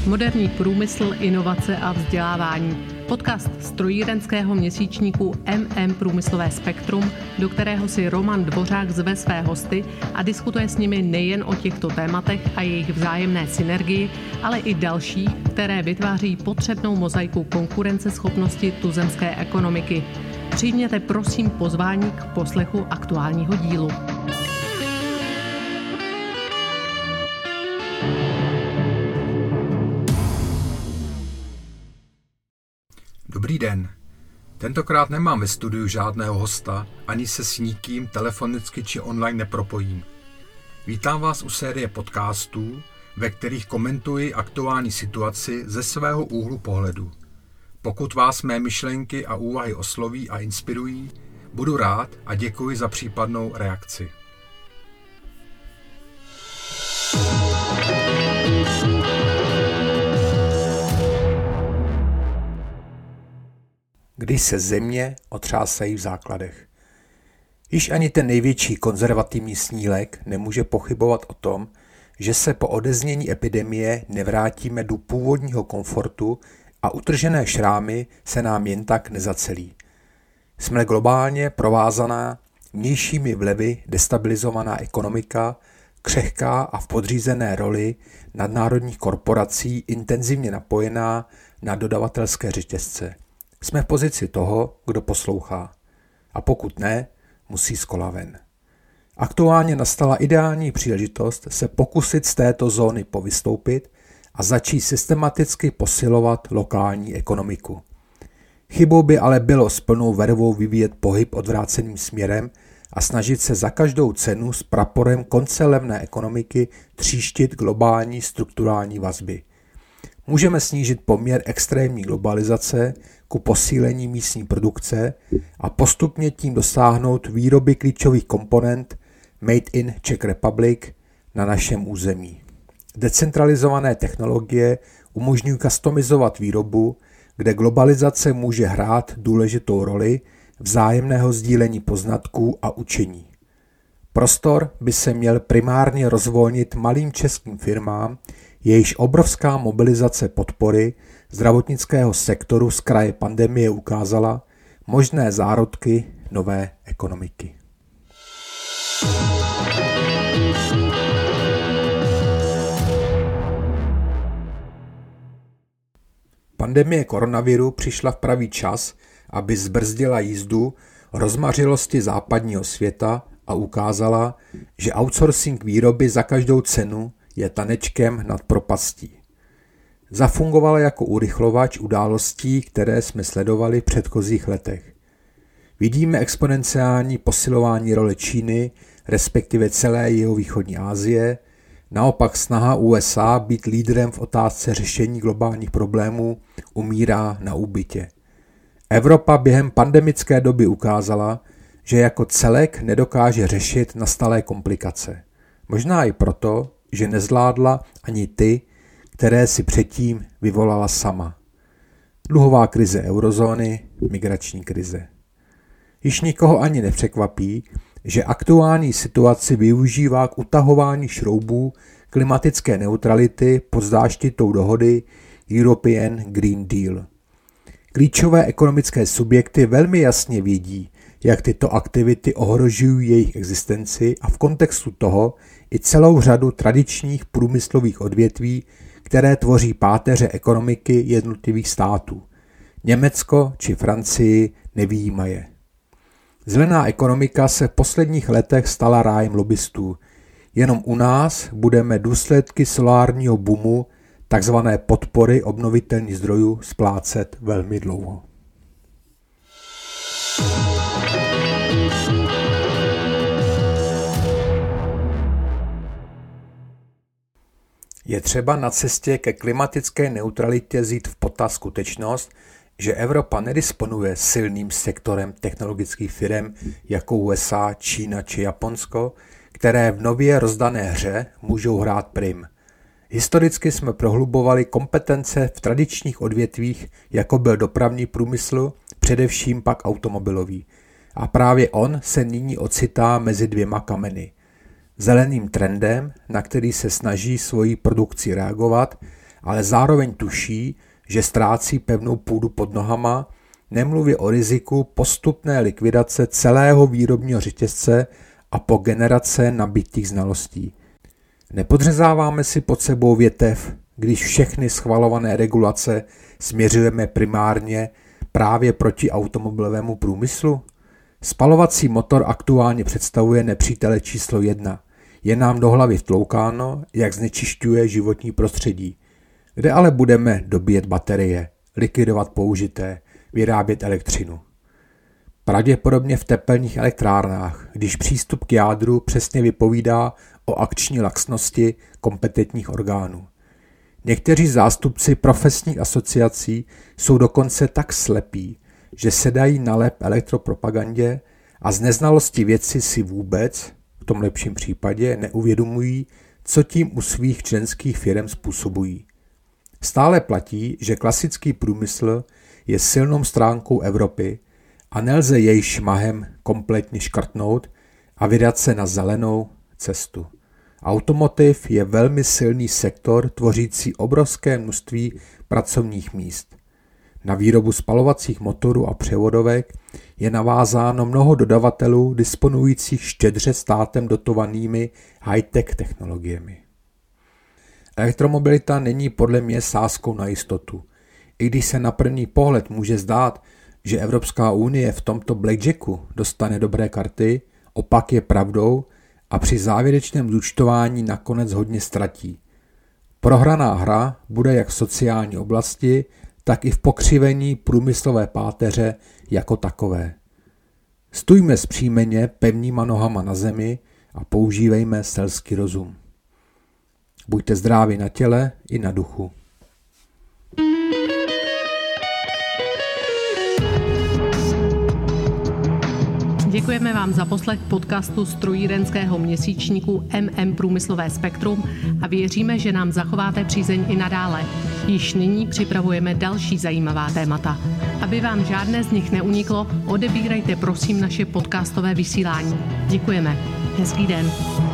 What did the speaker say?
Moderní průmysl, inovace a vzdělávání. Podcast strojírenského měsíčníku Průmyslové spektrum, do kterého si Roman Dvořák zve své hosty a diskutuje s nimi nejen o těchto tématech a jejich vzájemné synergii, ale i další, které vytváří potřebnou mozaiku konkurenceschopnosti tuzemské ekonomiky. Přijměte prosím pozvání k poslechu aktuálního dílu. Dobrý den. Tentokrát nemám ve studiu žádného hosta, ani se s nikým telefonicky či online nepropojím. Vítám vás u série podcastů, ve kterých komentuji aktuální situaci ze svého úhlu pohledu. Pokud vás mé myšlenky a úvahy osloví a inspirují, budu rád a děkuji za případnou reakci. Když se země otřásají v základech. Již ani ten největší konzervativní snílek nemůže pochybovat o tom, že se po odeznění epidemie nevrátíme do původního komfortu a utržené šrámy se nám jen tak nezacelí. Jsme globálně provázaná vnějšími vlivy destabilizovaná ekonomika, křehká a v podřízené roli nadnárodních korporací intenzivně napojená na dodavatelské řetězce. Jsme v pozici toho, kdo poslouchá. A pokud ne, musí z kola ven. Aktuálně nastala ideální příležitost se pokusit z této zóny povystoupit a začít systematicky posilovat lokální ekonomiku. Chybou by ale bylo s plnou vervou vyvíjet pohyb odvráceným směrem a snažit se za každou cenu s praporem konce levné ekonomiky tříštit globální strukturální vazby. Můžeme snížit poměr extrémní globalizace ku posílení místní produkce a postupně tím dosáhnout výroby klíčových komponent Made in Czech Republic na našem území. Decentralizované technologie umožňují customizovat výrobu, kde globalizace může hrát důležitou roli vzájemného sdílení poznatků a učení. Prostor by se měl primárně rozvolnit malým českým firmám, jejichž obrovská mobilizace podpory zdravotnického sektoru z kraje pandemie ukázala možné zárodky nové ekonomiky. Pandemie koronaviru přišla v pravý čas, aby zbrzdila jízdu rozmařilosti západního světa a ukázala, že outsourcing výroby za každou cenu je tanečkem nad propastí. Zafungovala jako urychlovač událostí, které jsme sledovali v předchozích letech. Vidíme exponenciální posilování role Číny, respektive celé jihovýchodní Asie, naopak snaha USA být lídrem v otázce řešení globálních problémů umírá na úbytě. Evropa během pandemické doby ukázala, že jako celek nedokáže řešit nastalé komplikace. Možná i proto, že nezvládla ani ty, které si předtím vyvolala sama. Dluhová krize eurozóny, migrační krize. Již nikoho ani nepřekvapí, že aktuální situaci využívá k utahování šroubů klimatické neutrality pod záštitou dohody European Green Deal. Klíčové ekonomické subjekty velmi jasně vědí, jak tyto aktivity ohrožují jejich existenci a v kontextu toho i celou řadu tradičních průmyslových odvětví, které tvoří páteře ekonomiky jednotlivých států. Německo či Francii nevyjímaje. Zelená ekonomika se v posledních letech stala rájem lobbystů. Jenom u nás budeme důsledky solárního boomu, takzvané podpory obnovitelných zdrojů, splácet velmi dlouho. Je třeba na cestě ke klimatické neutralitě vzít v potaz skutečnost, že Evropa nedisponuje silným sektorem technologických firem jako USA, Čína či Japonsko, které v nově rozdané hře můžou hrát prim. Historicky jsme prohlubovali kompetence v tradičních odvětvích, jako byl dopravní průmysl, především pak automobilový. A právě on se nyní ocitá mezi dvěma kameny. Zeleným trendem, na který se snaží svojí produkci reagovat, ale zároveň tuší, že ztrácí pevnou půdu pod nohama, nemluvě o riziku postupné likvidace celého výrobního řetězce a po generace nabytých znalostí. Nepodřezáváme si pod sebou větev, když všechny schvalované regulace směřujeme primárně právě proti automobilovému průmyslu? Spalovací motor aktuálně představuje nepřítele číslo 1. Je nám do hlavy vtloukáno, jak znečišťuje životní prostředí. Kde ale budeme dobíjet baterie, likvidovat použité, vyrábět elektřinu? Pravděpodobně v tepelných elektrárnách, když přístup k jádru přesně vypovídá o akční laxnosti kompetentních orgánů. Někteří zástupci profesních asociací jsou dokonce tak slepí, že se dají na lep elektropropagandě a z neznalosti věci si vůbec, v tom lepším případě, neuvědomují, co tím u svých členských firem způsobují. Stále platí, že klasický průmysl je silnou stránkou Evropy a nelze jej šmahem kompletně škrtnout a vydat se na zelenou cestu. Automotiv je velmi silný sektor tvořící obrovské množství pracovních míst. Na výrobu spalovacích motorů a převodovek je navázáno mnoho dodavatelů disponujících štědře státem dotovanými high-tech technologiemi. Elektromobilita není podle mě sázkou na jistotu. I když se na první pohled může zdát, že Evropská unie v tomto blackjacku dostane dobré karty, opak je pravdou a při závěrečném zúčtování nakonec hodně ztratí. Prohraná hra bude jak v sociální oblasti, tak i v pokřivení průmyslové páteře jako takové. Stůjme vzpřímeně pevnýma nohama na zemi a používejme selský rozum. Buďte zdraví na těle i na duchu. Děkujeme vám za poslech podcastu strojírenského měsíčníku Průmyslové spektrum a věříme, že nám zachováte přízeň i nadále. Již nyní připravujeme další zajímavá témata. Aby vám žádné z nich neuniklo, odebírejte prosím naše podcastové vysílání. Děkujeme. Hezký den.